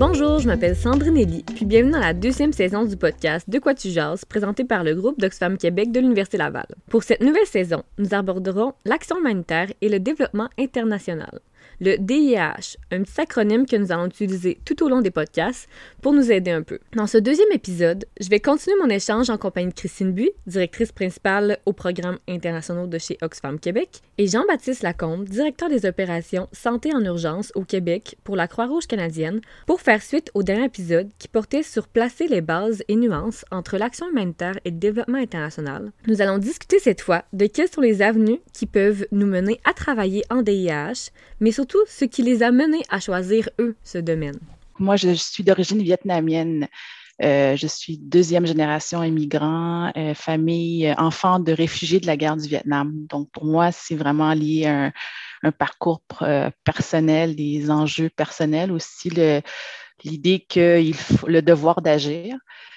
Bonjour, je m'appelle Sandrine Elie, puis bienvenue dans la deuxième saison du podcast De quoi tu jases, présenté par le groupe d'Oxfam Québec de l'Université Laval. Pour cette nouvelle saison, nous aborderons l'action humanitaire et le développement international. Le DIH, un petit acronyme que nous allons utiliser tout au long des podcasts pour nous aider un peu. Dans ce deuxième épisode, je vais continuer mon échange en compagnie de Christine Buis, directrice principale aux programmes internationaux de chez Oxfam Québec, et Jean-Baptiste Lacombe, directeur des opérations Santé en urgence au Québec pour la Croix-Rouge canadienne, pour faire suite au dernier épisode qui portait sur placer les bases et nuances entre l'action humanitaire et le développement international. Nous allons discuter cette fois de quelles sont les avenues qui peuvent nous mener à travailler en DIH, mais surtout ce qui les a menés à choisir, eux, ce domaine. Moi, je suis d'origine vietnamienne. Je suis deuxième génération immigrant, famille, enfant de réfugiés de la guerre du Vietnam. Donc, pour moi, c'est vraiment lié à un parcours personnel, des enjeux personnels, aussi l'idée qu'il faut le devoir d'agir.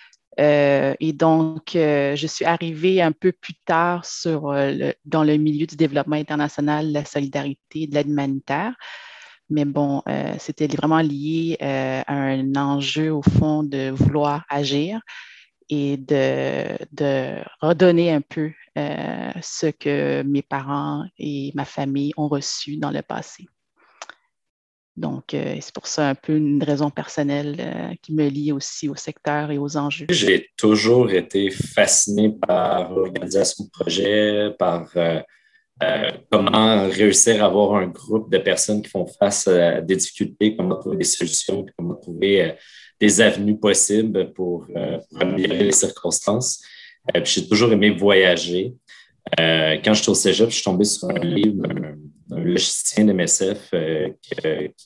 Et donc, je suis arrivée un peu plus tard dans le milieu du développement international, de la solidarité et de l'aide humanitaire. Mais bon, c'était vraiment lié à un enjeu, au fond, de vouloir agir et de redonner un peu ce que mes parents et ma famille ont reçu dans le passé. Donc, c'est pour ça un peu une raison personnelle qui me lie aussi au secteur et aux enjeux. J'ai toujours été fasciné par l'organisation de projets, par comment réussir à avoir un groupe de personnes qui font face à des difficultés, comment trouver des solutions, comment trouver des avenues possibles pour améliorer les circonstances. Puis j'ai toujours aimé voyager. Quand j'étais au cégep, je suis tombé sur un livre d'un logicien de MSF qui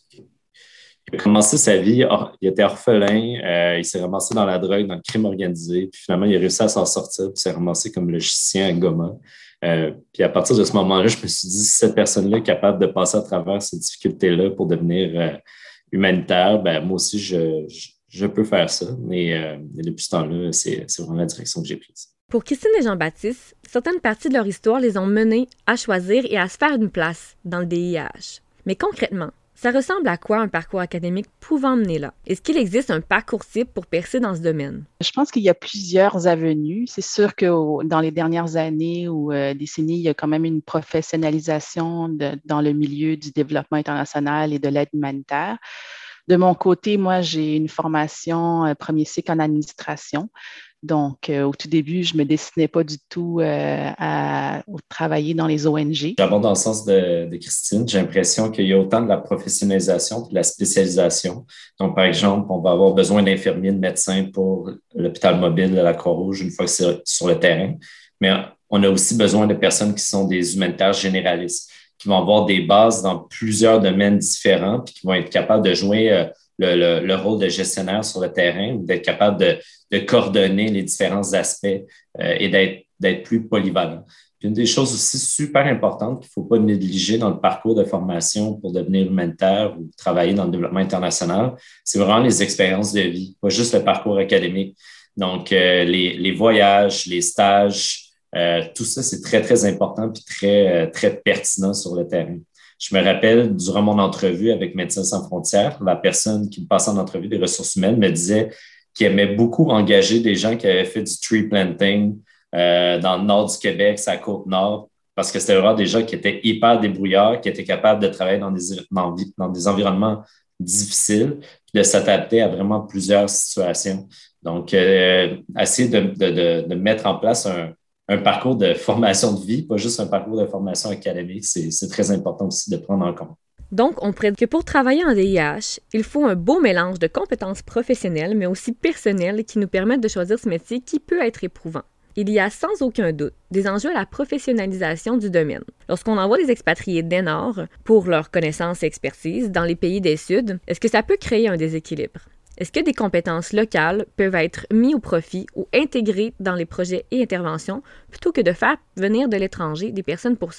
a commencé sa vie, il était orphelin, il s'est ramassé dans la drogue, dans le crime organisé, puis finalement, il a réussi à s'en sortir, puis il s'est ramassé comme logicien à Goma. Puis à partir de ce moment-là, je me suis dit, si cette personne-là est capable de passer à travers ces difficultés-là pour devenir humanitaire, ben moi aussi, je peux faire ça. Et depuis ce temps-là, c'est vraiment la direction que j'ai prise. Pour Christine et Jean-Baptiste, certaines parties de leur histoire les ont menés à choisir et à se faire une place dans le DIH. Mais concrètement, ça ressemble à quoi un parcours académique pouvant mener là? Est-ce qu'il existe un parcours type pour percer dans ce domaine? Je pense qu'il y a plusieurs avenues. C'est sûr que dans les dernières années ou décennies, il y a quand même une professionnalisation dans le milieu du développement international et de l'aide humanitaire. De mon côté, moi, j'ai une formation premier cycle en administration. Donc, au tout début, je ne me destinais pas du tout à travailler dans les ONG. J'abonde dans le sens de Christine. J'ai l'impression qu'il y a autant de la professionnalisation que de la spécialisation. Donc, par exemple, on va avoir besoin d'infirmiers, de médecins pour l'hôpital mobile de la Croix-Rouge une fois que c'est sur le terrain. Mais on a aussi besoin de personnes qui sont des humanitaires généralistes, qui vont avoir des bases dans plusieurs domaines différents puis qui vont être capables de jouer le rôle de gestionnaire sur le terrain ou d'être capable de coordonner les différents aspects et d'être plus polyvalent. Puis une des choses aussi super importantes qu'il ne faut pas négliger dans le parcours de formation pour devenir humanitaire ou travailler dans le développement international, c'est vraiment les expériences de vie, pas juste le parcours académique. Donc, les voyages, les stages, tout ça, c'est très, très important puis très, très pertinent sur le terrain. Je me rappelle, durant mon entrevue avec Médecins sans frontières, la personne qui me passait en entrevue des ressources humaines me disait qu'il aimait beaucoup engager des gens qui avaient fait du tree planting dans le nord du Québec, sa côte nord, parce que c'était vraiment des gens qui étaient hyper débrouillards, qui étaient capables de travailler dans des environnements difficiles, puis de s'adapter à vraiment plusieurs situations. Donc, essayer de mettre en place un parcours de formation de vie, pas juste un parcours de formation académique, c'est très important aussi de prendre en compte. Donc, on pourrait dire que pour travailler en DIH, il faut un beau mélange de compétences professionnelles, mais aussi personnelles qui nous permettent de choisir ce métier qui peut être éprouvant. Il y a sans aucun doute des enjeux à la professionnalisation du domaine. Lorsqu'on envoie des expatriés des Nord pour leurs connaissances et expertise dans les pays des Sud, est-ce que ça peut créer un déséquilibre? Est-ce que des compétences locales peuvent être mises au profit ou intégrées dans les projets et interventions plutôt que de faire venir de l'étranger des personnes pour ça?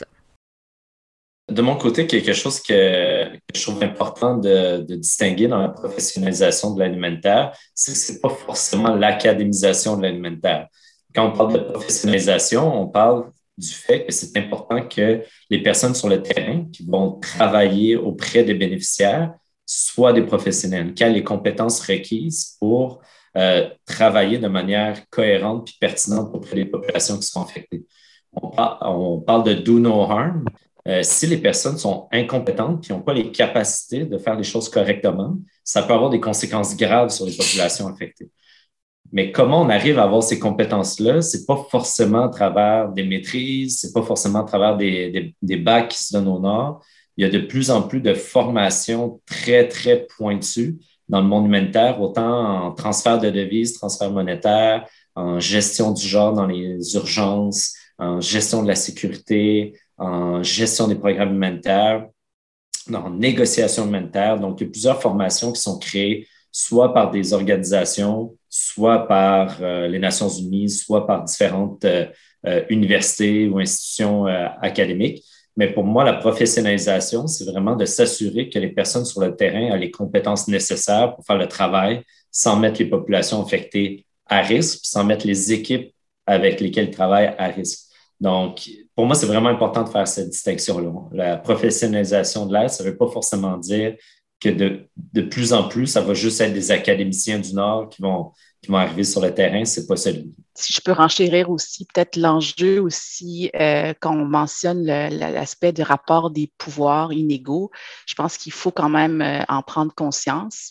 De mon côté, quelque chose que je trouve important de distinguer dans la professionnalisation de l'aide humanitaire, c'est que ce n'est pas forcément l'académisation de l'aide humanitaire. Quand on parle de professionnalisation, on parle du fait que c'est important que les personnes sur le terrain qui vont travailler auprès des bénéficiaires soient des professionnels, qui aient les compétences requises pour travailler de manière cohérente et pertinente auprès des populations qui seront affectées. On parle de do no harm. Si les personnes sont incompétentes et n'ont pas les capacités de faire les choses correctement, ça peut avoir des conséquences graves sur les populations affectées. Mais comment on arrive à avoir ces compétences-là, c'est pas forcément à travers des maîtrises, c'est pas forcément à travers des bacs qui se donnent au Nord. Il y a de plus en plus de formations très, très pointues dans le monde humanitaire, autant en transfert de devises, transfert monétaire, en gestion du genre dans les urgences, en gestion de la sécurité, en gestion des programmes humanitaires, en négociation humanitaire. Donc, il y a plusieurs formations qui sont créées soit par des organisations, soit par les Nations unies, soit par différentes universités ou institutions académiques. Mais pour moi, la professionnalisation, c'est vraiment de s'assurer que les personnes sur le terrain ont les compétences nécessaires pour faire le travail sans mettre les populations affectées à risque, sans mettre les équipes avec lesquelles ils travaillent à risque. Donc, pour moi, c'est vraiment important de faire cette distinction-là. La professionnalisation de l'aide, ça ne veut pas forcément dire que de plus en plus, ça va juste être des académiciens du Nord qui vont arriver sur le terrain. Ce n'est pas celui. Si je peux renchérir aussi, peut-être l'enjeu aussi, quand on mentionne l'aspect du rapport des pouvoirs inégaux, je pense qu'il faut quand même en prendre conscience.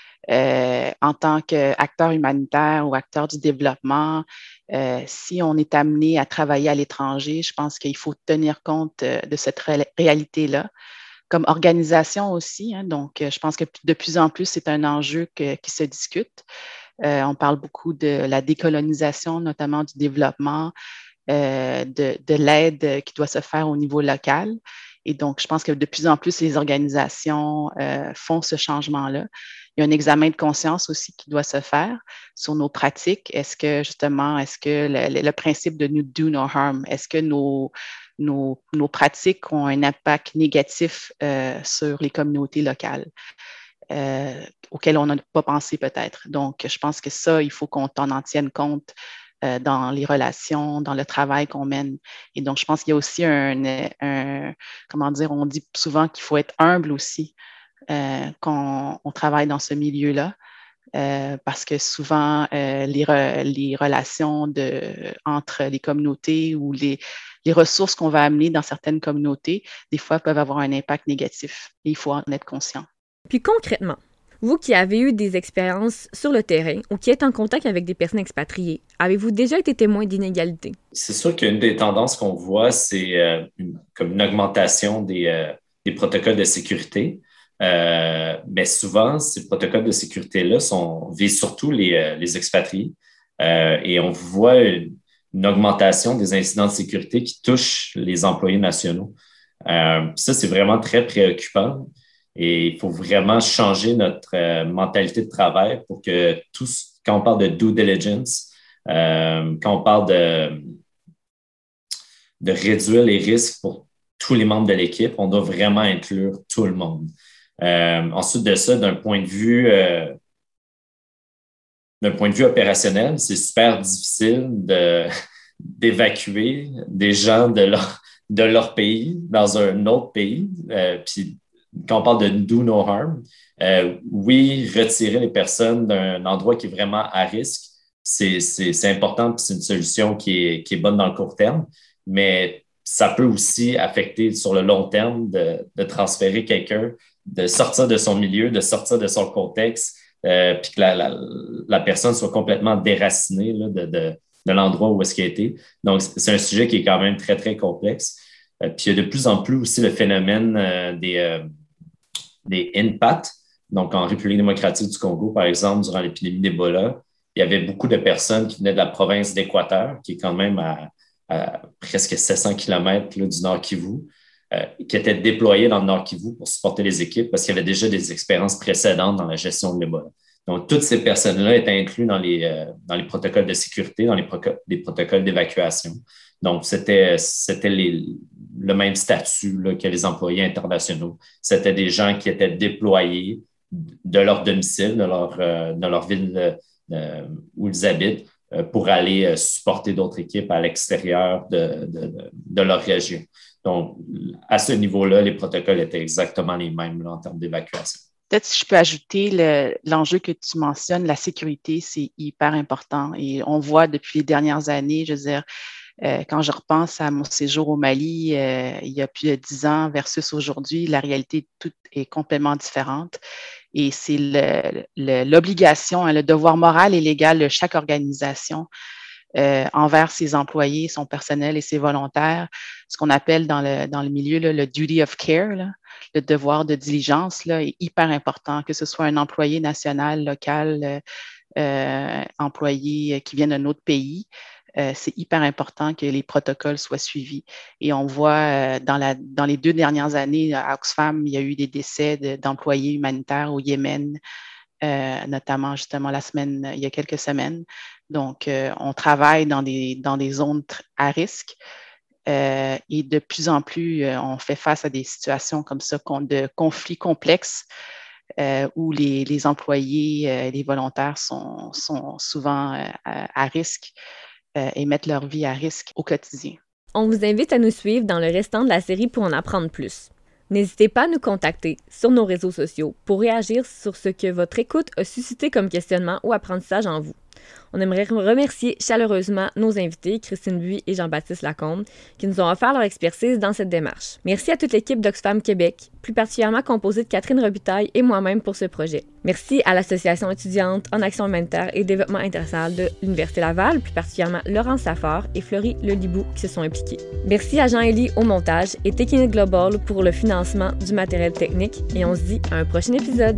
En tant qu'acteur humanitaire ou acteur du développement, si on est amené à travailler à l'étranger, je pense qu'il faut tenir compte de cette réalité-là. Comme organisation aussi, hein, donc je pense que de plus en plus, c'est un enjeu qui se discute. On parle beaucoup de la décolonisation, notamment du développement, de l'aide qui doit se faire au niveau local. Et donc, je pense que de plus en plus, les organisations font ce changement-là. Il y a un examen de conscience aussi qui doit se faire sur nos pratiques. Est-ce que le principe de do no harm, est-ce que nos pratiques ont un impact négatif sur les communautés locales auxquelles on n'a pas pensé peut-être. Donc, je pense que ça, il faut qu'on en tienne compte dans les relations, dans le travail qu'on mène. Et donc, je pense qu'il y a aussi comment dire, on dit souvent qu'il faut être humble aussi quand on travaille dans ce milieu-là. Parce que souvent, les relations entre les communautés ou les ressources qu'on va amener dans certaines communautés, des fois, peuvent avoir un impact négatif. Et il faut en être conscient. Puis concrètement, vous qui avez eu des expériences sur le terrain ou qui êtes en contact avec des personnes expatriées, avez-vous déjà été témoin d'inégalités? C'est sûr qu'une des tendances qu'on voit, c'est comme une augmentation des protocoles de sécurité. Mais souvent, ces protocoles de sécurité-là visent surtout les expatriés. Et on voit une augmentation des incidents de sécurité qui touchent les employés nationaux. Ça, c'est vraiment très préoccupant. Et il faut vraiment changer notre mentalité de travail pour que quand on parle de due diligence, quand on parle de réduire les risques pour tous les membres de l'équipe, on doit vraiment inclure tout le monde. Ensuite de ça, d'un point de vue opérationnel, c'est super difficile d'évacuer des gens de leur pays dans un autre pays. Puis quand on parle de do no harm, oui, retirer les personnes d'un endroit qui est vraiment à risque, c'est important, puis c'est une solution qui est bonne dans le court terme, mais ça peut aussi affecter sur le long terme de transférer quelqu'un, de sortir de son milieu, de sortir de son contexte, puis que la personne soit complètement déracinée là, de l'endroit où est-ce qu'elle a été. Donc, c'est un sujet qui est quand même très, très complexe. Puis il y a de plus en plus aussi le phénomène des INPAT. Donc, en République démocratique du Congo, par exemple, durant l'épidémie d'Ebola, il y avait beaucoup de personnes qui venaient de la province d'Équateur, qui est quand même à presque 700 km là, du Nord Kivu, qui étaient déployés dans le Nord Kivu pour supporter les équipes parce qu'il y avait déjà des expériences précédentes dans la gestion de l'Ebola. Donc, toutes ces personnes-là étaient incluses dans les protocoles de sécurité, dans les protocoles d'évacuation. Donc, c'était le même statut là, que les employés internationaux. C'était des gens qui étaient déployés de leur domicile, de leur ville où ils habitent, pour aller supporter d'autres équipes à l'extérieur de leur région. Donc, à ce niveau-là, les protocoles étaient exactement les mêmes là, en termes d'évacuation. Peut-être si je peux ajouter l'enjeu que tu mentionnes, la sécurité, c'est hyper important. Et on voit depuis les dernières années, je veux dire, quand je repense à mon séjour au Mali, il y a plus de 10 ans versus aujourd'hui, la réalité toute est complètement différente. Et c'est l'obligation, le devoir moral et légal de chaque organisation envers ses employés, son personnel et ses volontaires, ce qu'on appelle dans le milieu le duty of care, là, le devoir de diligence là, est hyper important, que ce soit un employé national, local, employé qui vient d'un autre pays. C'est hyper important que les protocoles soient suivis. Et on voit dans les 2 dernières années à Oxfam, il y a eu des décès d'employés humanitaires au Yémen, notamment justement il y a quelques semaines. Donc, on travaille dans des zones à risque et de plus en plus, on fait face à des situations comme ça, de conflits complexes où les employés, les volontaires sont souvent à risque et mettent leur vie à risque au quotidien. On vous invite à nous suivre dans le restant de la série pour en apprendre plus. N'hésitez pas à nous contacter sur nos réseaux sociaux pour réagir sur ce que votre écoute a suscité comme questionnement ou apprentissage en vous. On aimerait remercier chaleureusement nos invités, Christine Buis et Jean-Baptiste Lacombe, qui nous ont offert leur expertise dans cette démarche. Merci à toute l'équipe d'Oxfam Québec, plus particulièrement composée de Catherine Robitaille et moi-même pour ce projet. Merci à l'Association étudiante en action humanitaire et développement international de l'Université Laval, plus particulièrement Laurence Safar et Florie Lelibou qui se sont impliqués. Merci à Jean-Élie au montage et Technique Global pour le financement du matériel technique et on se dit à un prochain épisode.